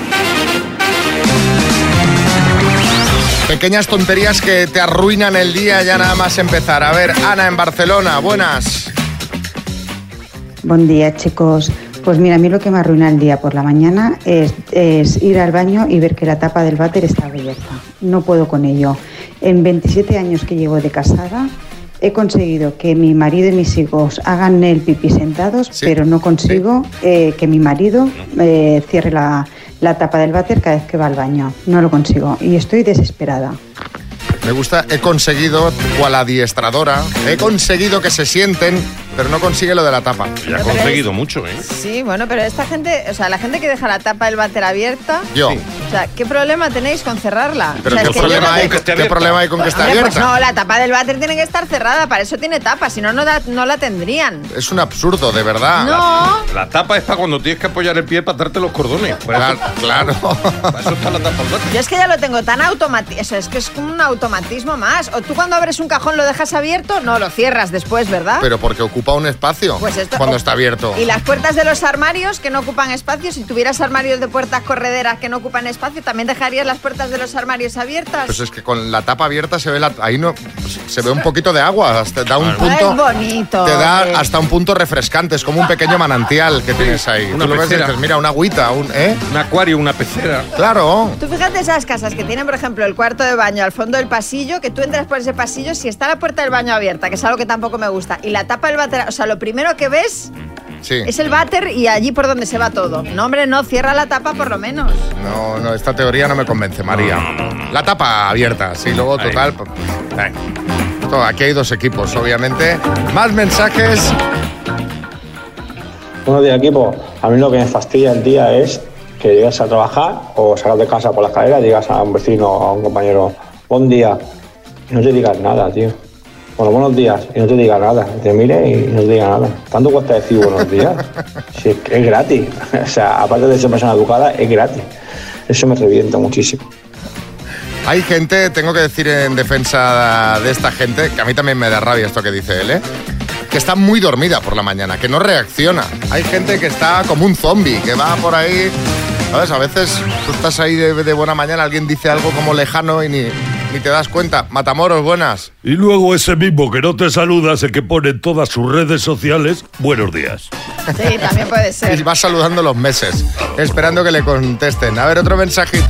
Pequeñas tonterías que te arruinan el día ya nada más empezar. A ver, Ana en Barcelona, buenas. Buen día, chicos. Pues mira, a mí lo que me arruina el día por la mañana es ir al baño y ver que la tapa del váter está abierta. No puedo con ello. En 27 años que llevo de casada, he conseguido que mi marido y mis hijos hagan el pipí sentados, pero no consigo que mi marido cierre la tapa del váter cada vez que va al baño. No lo consigo y estoy desesperada. Me gusta, he conseguido, cual adiestradora, he conseguido que se sienten, pero no consigue lo de la tapa. Ya ha conseguido mucho, ¿eh? Sí, bueno, pero esta gente, o sea, la gente que deja la tapa del váter abierta... Yo. Sí. O sea, ¿qué problema tenéis con cerrarla? Pero o sea, ¿qué problema hay con que esté abierta? Pues no, la tapa del váter tiene que estar cerrada, para eso tiene tapa, si no, no la tendrían. Es un absurdo, de verdad. No. La tapa es para cuando tienes que apoyar el pie para atarte los cordones. Claro. Para eso está la tapa del váter. Yo es que ya lo tengo tan automatizado, es que es como un automatismo más. O tú cuando abres un cajón lo dejas abierto, no, lo cierras después, ¿verdad? Pero porque ocupa un espacio pues esto, cuando está abierto. Y las puertas de los armarios que no ocupan espacio, si tuvieras armarios de puertas correderas que no ocupan espacio, ¿también dejarías las puertas de los armarios abiertas? Pues es que con la tapa abierta se ve ahí no se ve un poquito de agua, hasta da un punto. Es bonito. Te da hasta un punto refrescante, es como un pequeño manantial que tienes ahí. Una Tú lo ves y pecera. dices, mira, una agüita, un acuario, una pecera. Claro. Tú fíjate esas casas que tienen, por ejemplo, el cuarto de baño al fondo del pasillo, que tú entras por ese pasillo, si está la puerta del baño abierta, que es algo que tampoco me gusta, y la tapa del váter, o sea, lo primero que ves es el váter y allí por donde se va todo. No, hombre, no, cierra la tapa por lo menos. No, esta teoría no me convence, María. La tapa abierta, sí, luego total. Aquí hay dos equipos, obviamente. Más mensajes. Buenos días, equipo. A mí lo que me fastidia el día es que llegas a trabajar o salgas de casa por la escalera y digas a un vecino o a un compañero, buen día, y no te digas nada, tío. Bueno, buenos días, y no te diga nada. Te mire y no te diga nada. ¿Cuánto cuesta decir buenos días? Si es gratis. O sea, aparte de ser persona educada, es gratis. Eso me revienta muchísimo. Hay gente, tengo que decir en defensa de esta gente, que a mí también me da rabia esto que dice él, que está muy dormida por la mañana, que no reacciona. Hay gente que está como un zombie, que va por ahí, ¿sabes? A veces tú estás ahí de buena mañana, alguien dice algo como lejano y ni te das cuenta. Matamoros, buenas. Y luego ese mismo que no te saluda es el que pone en todas sus redes sociales buenos días. Sí, también puede ser. Y vas saludando los meses, esperando que le contesten. A ver, otro mensajito.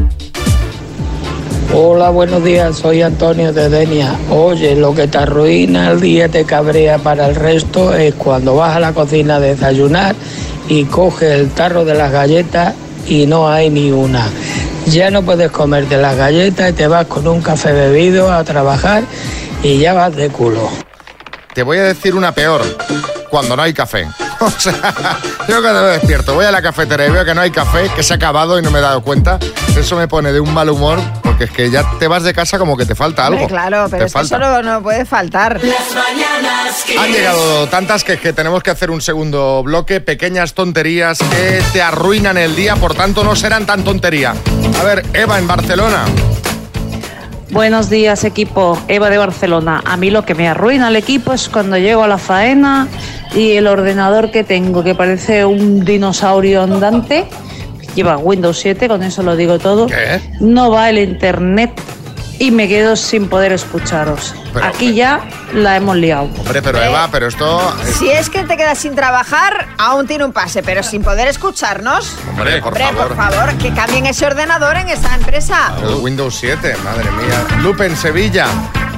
Hola, buenos días, soy Antonio de Denia. Oye, lo que te arruina el día, te cabrea para el resto, es cuando vas a la cocina a desayunar y coges el tarro de las galletas y no hay ni una. Ya no puedes comerte las galletas y te vas con un café bebido a trabajar y ya vas de culo. Te voy a decir una peor, cuando no hay café. O sea, yo cuando me despierto voy a la cafetería y veo que no hay café, que se ha acabado y no me he dado cuenta, eso me pone de un mal humor, porque es que ya te vas de casa como que te falta algo. Claro, pero es que eso no puede faltar. Han llegado tantas que tenemos que hacer un segundo bloque, pequeñas tonterías que te arruinan el día, por tanto no serán tan tontería. A ver, Eva en Barcelona. Buenos días, equipo. Eva de Barcelona. A mí lo que me arruina el equipo es cuando llego a la faena y el ordenador que tengo, que parece un dinosaurio andante, lleva Windows 7, con eso lo digo todo. ¿Qué? No va el internet y me quedo sin poder escucharos. Pero, aquí ya la hemos liado. Hombre, pero Eva, pero esto... Si es que te quedas sin trabajar, aún tiene un pase, pero sin poder escucharnos... Hombre, por favor, que cambien ese ordenador en esa empresa. El Windows 7, madre mía. Lupe en Sevilla.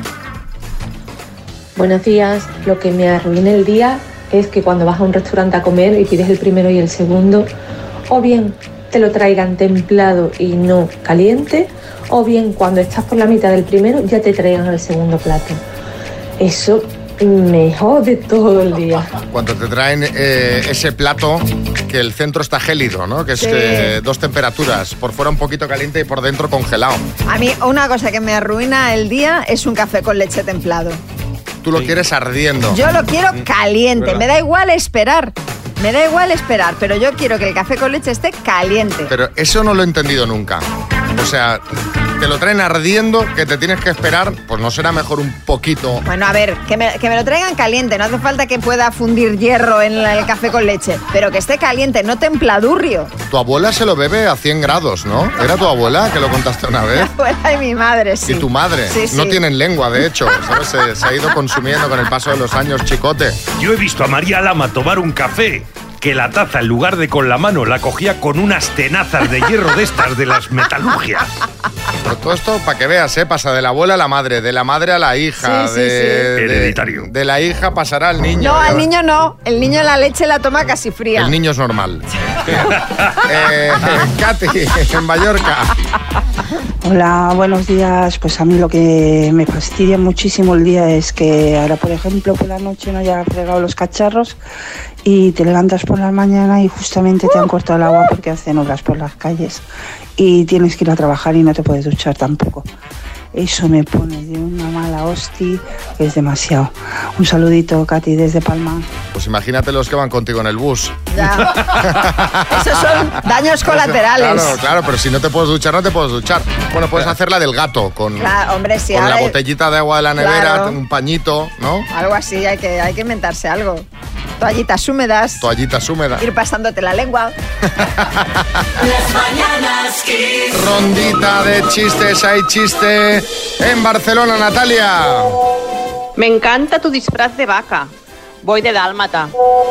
Buenos días. Lo que me arruina el día es que cuando vas a un restaurante a comer y pides el primero y el segundo, o bien te lo traigan templado y no caliente, o bien cuando estás por la mitad del primero ya te traigan el segundo plato. Eso me jode todo el día. Cuando te traen ese plato que el centro está gélido, ¿no? Que es dos temperaturas, por fuera un poquito caliente y por dentro congelado. A mí una cosa que me arruina el día es un café con leche templado. Tú lo quieres ardiendo. Yo lo quiero caliente, ¿verdad? me da igual esperar. Pero yo quiero que el café con leche esté caliente. Pero eso no lo he entendido nunca. O sea, te lo traen ardiendo, que te tienes que esperar, pues no será mejor un poquito. Bueno, a ver, que me lo traigan caliente, no hace falta que pueda fundir hierro en el café con leche, pero que esté caliente, no templadurrio. Tu abuela se lo bebe a 100 grados, ¿no? ¿Era tu abuela que lo contaste una vez? Mi abuela y mi madre, sí. Y tu madre. Sí, no sí. tienen lengua, de hecho, ¿sabes? Se ha ido consumiendo con el paso de los años, chicote. Yo he visto a María Lama tomar un café que la taza, en lugar de con la mano, la cogía con unas tenazas de hierro de estas, de las metalurgias. Pero todo esto, para que veas, pasa de la abuela a la madre, de la madre a la hija, hereditario. De la hija pasará al niño. No, al niño no. El niño la leche la toma casi fría. El niño es normal. Katy, en Mallorca. Hola, buenos días. Pues a mí lo que me fastidia muchísimo el día es que ahora, por ejemplo, por la noche no haya fregado los cacharros y te levantas por la mañana y justamente te han cortado el agua porque hacen obras por las calles y tienes que ir a trabajar y no te puedes duchar tampoco. Eso me pone de una mala hostia, que es demasiado. Un saludito, Katy, desde Palma. Pues imagínate los que van contigo en el bus. Ya. Esos son daños colaterales. Claro, pero si no te puedes duchar, no te puedes duchar. Bueno, puedes hacer la del gato con, hombre, sí, con la botellita de agua de la nevera, un pañito, ¿no? Algo así, hay que inventarse algo. Toallitas húmedas. Ir pasándote la lengua. Las mañanas Kiss. Rondita de chistes, hay chiste en Barcelona, Natalia. Me encanta tu disfraz de vaca. Voy de dálmata.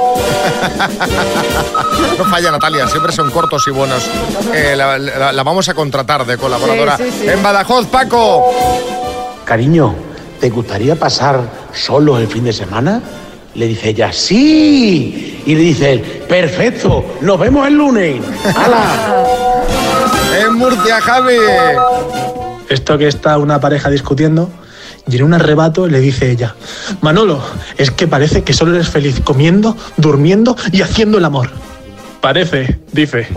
No falla, Natalia, siempre son cortos y buenos. La vamos a contratar de colaboradora. Sí. En Badajoz, Paco. Cariño, ¿te gustaría pasar solo el fin de semana? Le dice ella, ¡sí! Y le dice él, ¡perfecto! ¡Nos vemos el lunes! ¡Hala! En Murcia, Javi. Esto que está una pareja discutiendo y en un arrebato le dice ella, Manolo, es que parece que solo eres feliz comiendo, durmiendo y haciendo el amor. Parece, dice.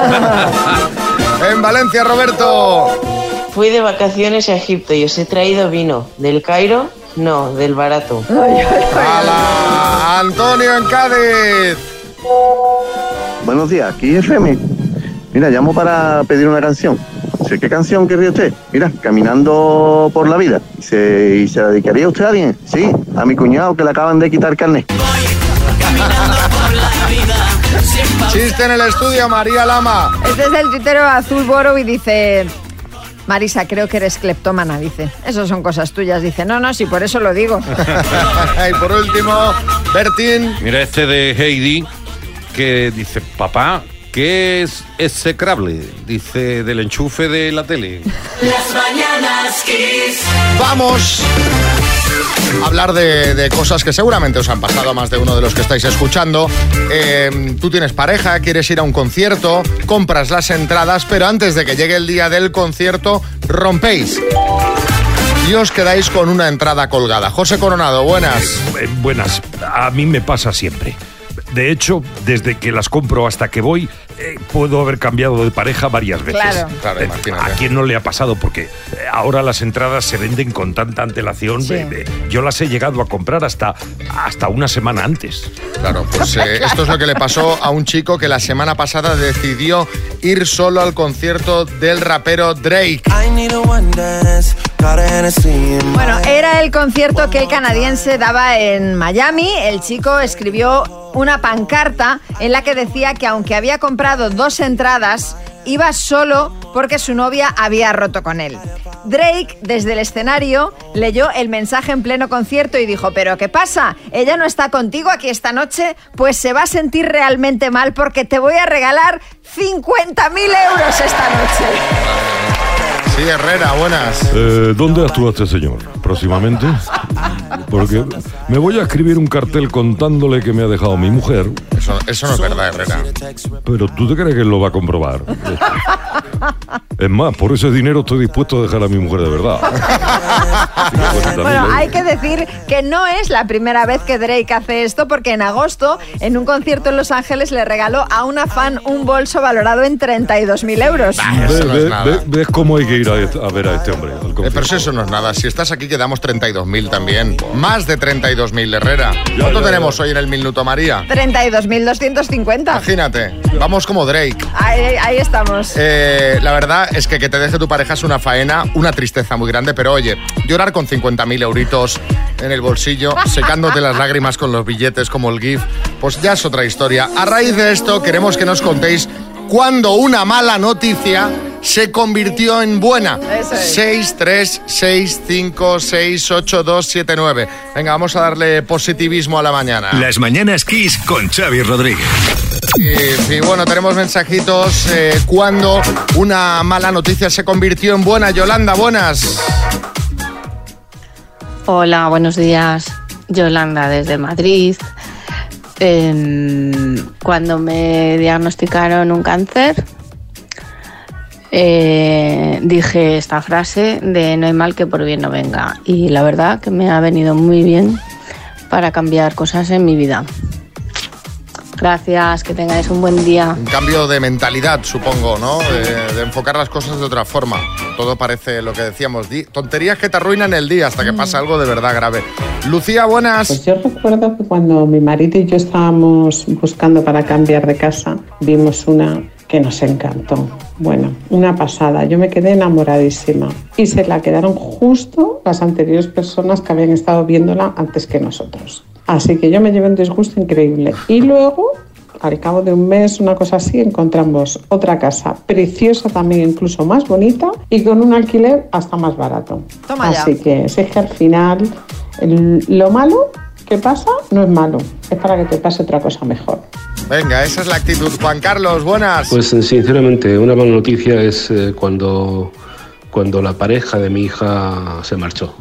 En Valencia, Roberto. Fui de vacaciones a Egipto y os he traído vino. ¿Del Cairo? No, del barato. ¡Hala! Antonio, en Cádiz. Buenos días, aquí es Femi. Mira, llamo para pedir una canción. ¿Qué canción querría usted? Mira, Caminando por la vida. ¿Y se la dedicaría usted a alguien? Sí, a mi cuñado que le acaban de quitar carnet. Chiste en el estudio, María Lama. Este es del tuitero Azul Boro y dice... Marisa, creo que eres cleptómana, dice. Eso son cosas tuyas, dice. No, sí, por eso lo digo. Y por último, Bertín. Mira este de Heidi, que dice, papá, ¿qué es execrable? Dice, del enchufe de la tele. Las mañanas Kiss. Vamos a hablar de cosas que seguramente os han pasado a más de uno de los que estáis escuchando. Tú tienes pareja, quieres ir a un concierto, compras las entradas, pero antes de que llegue el día del concierto, rompéis. Y os quedáis con una entrada colgada. José Coronado, buenas. Buenas, a mí me pasa siempre. De hecho, desde que las compro hasta que voy, puedo haber cambiado de pareja varias veces. Claro, imagínate. ¿A quién no le ha pasado? Porque ahora las entradas se venden con tanta antelación. Sí. Yo las he llegado a comprar hasta una semana antes. Claro, pues esto es lo que le pasó a un chico que la semana pasada decidió ir solo al concierto del rapero Drake. Bueno, era el concierto que el canadiense daba en Miami. El chico escribió una pancarta en la que decía que aunque había comprado 2 entradas, iba solo porque su novia había roto con él. Drake, desde el escenario, leyó el mensaje en pleno concierto y dijo, ¿pero qué pasa? ¿Ella no está contigo aquí esta noche? Pues se va a sentir realmente mal porque te voy a regalar 50.000 euros esta noche. Sí, Herrera, buenas. ¿Dónde actúa este señor? ¿Próximamente? Porque me voy a escribir un cartel contándole que me ha dejado mi mujer. Eso no es verdad, Herrera. Pero ¿tú te crees que él lo va a comprobar? Es más, por ese dinero estoy dispuesto a dejar a mi mujer de verdad. Bueno, hay que decir que no es la primera vez que Drake hace esto, porque en agosto, en un concierto en Los Ángeles, le regaló a una fan un bolso valorado en 32.000 euros. Eso no es nada. ¿Ves cómo hay que ir a ver a este hombre? Pero si eso no es nada. Si estás aquí, quedamos 32.000 también. Más de 32.000, Herrera. ¿Cuánto tenemos hoy en el Minuto, María? 32.250. Imagínate. Vamos como Drake. Ahí estamos. La verdad es que te deje tu pareja es una faena, una tristeza muy grande, pero oye, llorar con 50.000 euritos en el bolsillo, secándote las lágrimas con los billetes como el GIF, pues ya es otra historia. A raíz de esto, queremos que nos contéis cuándo una mala noticia se convirtió en buena. 636568279. Venga, vamos a darle positivismo a la mañana. Las mañanas Kiss con Xavi Rodríguez. Y bueno, tenemos mensajitos. Cuando una mala noticia se convirtió en buena. Yolanda, buenas. Hola, buenos días. Yolanda desde Madrid. Cuando me diagnosticaron un cáncer, dije esta frase de no hay mal que por bien no venga. Y la verdad que me ha venido muy bien para cambiar cosas en mi vida. Gracias, que tengáis un buen día. Un cambio de mentalidad, supongo, ¿no? De enfocar las cosas de otra forma. Todo parece lo que decíamos, tonterías que te arruinan el día hasta que pasa algo de verdad grave. Lucía, buenas. Pues yo recuerdo que cuando mi marido y yo estábamos buscando para cambiar de casa, vimos una que nos encantó. Bueno, una pasada. Yo me quedé enamoradísima. Y se la quedaron justo las anteriores personas que habían estado viéndola antes que nosotros. Así que yo me llevé un disgusto increíble. Y luego, al cabo de un mes, una cosa así, encontramos otra casa preciosa también, incluso más bonita, y con un alquiler hasta más barato. Toma ya. Así que sé que al final lo malo que pasa no es malo, es para que te pase otra cosa mejor. Venga, esa es la actitud. Juan Carlos, buenas. Pues sinceramente, una mala noticia es cuando la pareja de mi hija se marchó.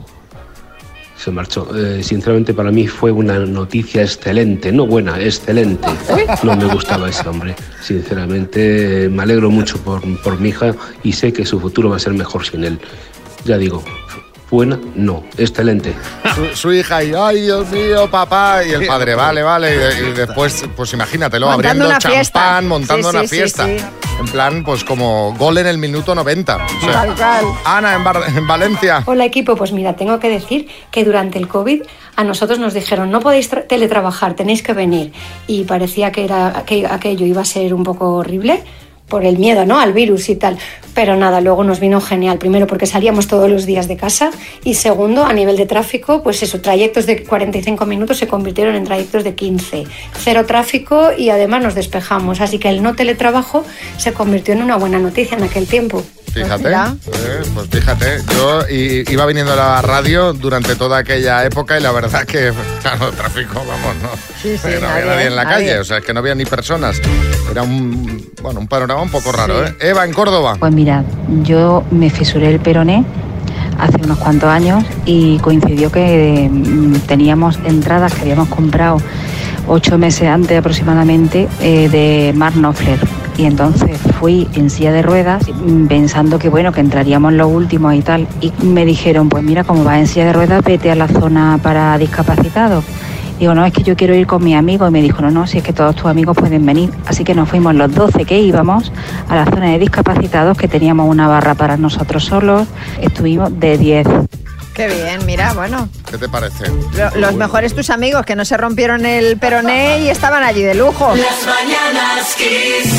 Sinceramente para mí fue una noticia excelente, no buena, excelente. No me gustaba ese hombre. Sinceramente me alegro mucho por mi hija y sé que su futuro va a ser mejor sin él. Ya digo, buena, no, excelente. Su hija y, ay Dios mío, papá, y el padre, vale, y después, pues imagínatelo, montando abriendo champán, montando una sí, fiesta. Sí. En plan, pues como gol en el minuto 90. O sea, tal cual. Ana, en Valencia. Hola equipo, pues mira, tengo que decir que durante el COVID a nosotros nos dijeron no podéis teletrabajar, tenéis que venir. Y parecía que aquello iba a ser un poco horrible por el miedo, ¿no?, al virus y tal. Pero nada, luego nos vino genial. Primero porque salíamos todos los días de casa y segundo, a nivel de tráfico, pues eso, trayectos de 45 minutos se convirtieron en trayectos de 15. Cero tráfico y además nos despejamos. Así que el no teletrabajo se convirtió en una buena noticia en aquel tiempo. Fíjate, pues fíjate, yo iba viniendo a la radio durante toda aquella época y la verdad que, claro, tráfico, vamos, no, no había nadie en la calle, o sea, es que no había ni personas. Era un panorama un poco raro, ¿eh? Eva, en Córdoba. Pues mira, yo me fisuré el peroné hace unos cuantos años y coincidió que teníamos entradas que habíamos comprado 8 meses antes aproximadamente de Mark Knopfler. Y entonces fui en silla de ruedas pensando que bueno, que entraríamos los últimos y tal. Y me dijeron, pues mira, como vas en silla de ruedas, vete a la zona para discapacitados. Digo, no, es que yo quiero ir con mis amigos. Y me dijo, no, si es que todos tus amigos pueden venir. Así que nos fuimos los 12 que íbamos a la zona de discapacitados, que teníamos una barra para nosotros solos. Estuvimos de 10. Qué bien, mira, bueno. ¿Qué te parece? Los mejores tus amigos, que no se rompieron el peroné y estaban allí de lujo. Las mañanas Kiss.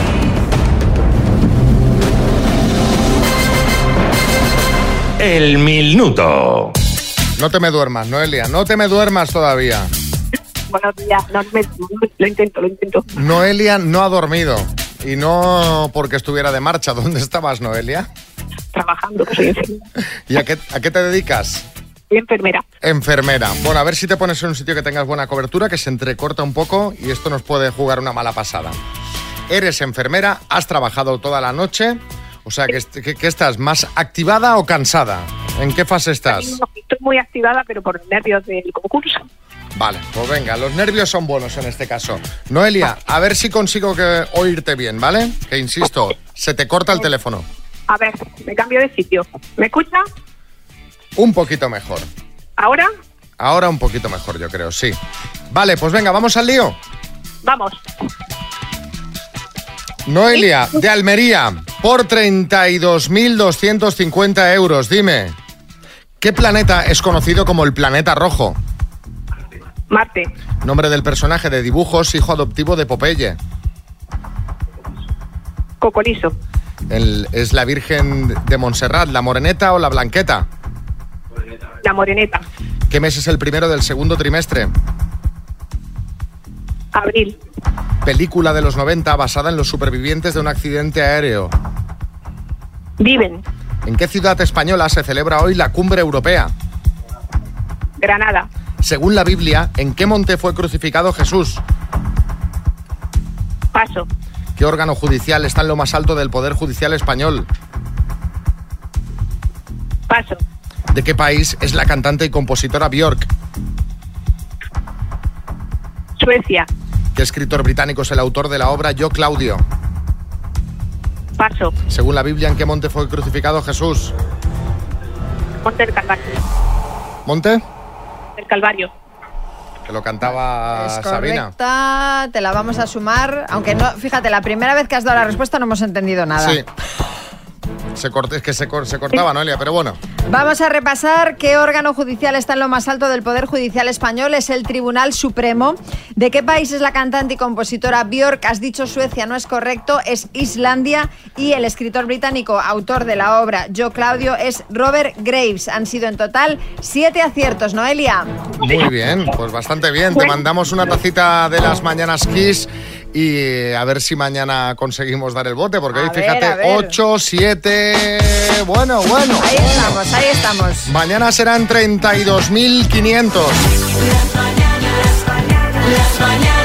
El minuto. No te me duermas, Noelia, no te me duermas todavía. Buenos días, lo intento. Noelia no ha dormido y no porque estuviera de marcha. ¿Dónde estabas, Noelia? Trabajando, que soy enfermera. ¿Y a qué te dedicas? Soy enfermera. Enfermera. Bueno, a ver si te pones en un sitio que tengas buena cobertura, que se entrecorta un poco y esto nos puede jugar una mala pasada. Eres enfermera, has trabajado toda la noche, o sea, que estás más activada o cansada. ¿En qué fase estás? Estoy muy activada, pero por los nervios del concurso. Vale, pues venga, los nervios son buenos en este caso. Noelia, a ver si consigo oírte bien, ¿vale? Que insisto, se te corta el teléfono. A ver, me cambio de sitio. ¿Me escucha? Un poquito mejor. ¿Ahora? Ahora un poquito mejor, yo creo, sí. Vale, pues venga, ¿vamos al lío? Vamos. Noelia, de Almería, por 32.250 euros, dime, ¿qué planeta es conocido como el planeta rojo? Marte. Nombre del personaje de dibujos, hijo adoptivo de Popeye. Cocolizo. ¿Es la Virgen de Montserrat, la Moreneta o la Blanqueta? La Moreneta. ¿Qué mes es el primero del segundo trimestre? Abril. Película de los 90 basada en los supervivientes de un accidente aéreo. Viven. ¿En qué ciudad española se celebra hoy la cumbre europea? Granada. Según la Biblia, ¿en qué monte fue crucificado Jesús? Paso. ¿Qué órgano judicial está en lo más alto del Poder Judicial español? Paso. ¿De qué país es la cantante y compositora Björk? Suecia. ¿Qué escritor británico es el autor de la obra Yo, Claudio? Paso. Según la Biblia, ¿en qué monte fue crucificado Jesús? Monte del Calvario. ¿Monte? Del Calvario. Que lo cantaba Es Sabina. correcta, te la vamos a sumar. Aunque no, fíjate, la primera vez que has dado la respuesta no hemos entendido nada. Sí. Es que se cortaba, Noelia, pero bueno. Vamos a repasar qué órgano judicial está en lo más alto del Poder Judicial español. Es el Tribunal Supremo. ¿De qué país es la cantante y compositora Björk? Has dicho Suecia, no es correcto, es Islandia. Y el escritor británico, autor de la obra Yo, Claudio, es Robert Graves. Han sido en total 7 aciertos, Noelia. Muy bien, pues bastante bien. Te mandamos una tacita de las Mañanas Kiss y a ver si mañana conseguimos dar el bote, porque hoy, fíjate, 8, 7... Bueno. Ahí estamos. Mañana serán 32.500. Las mañanas.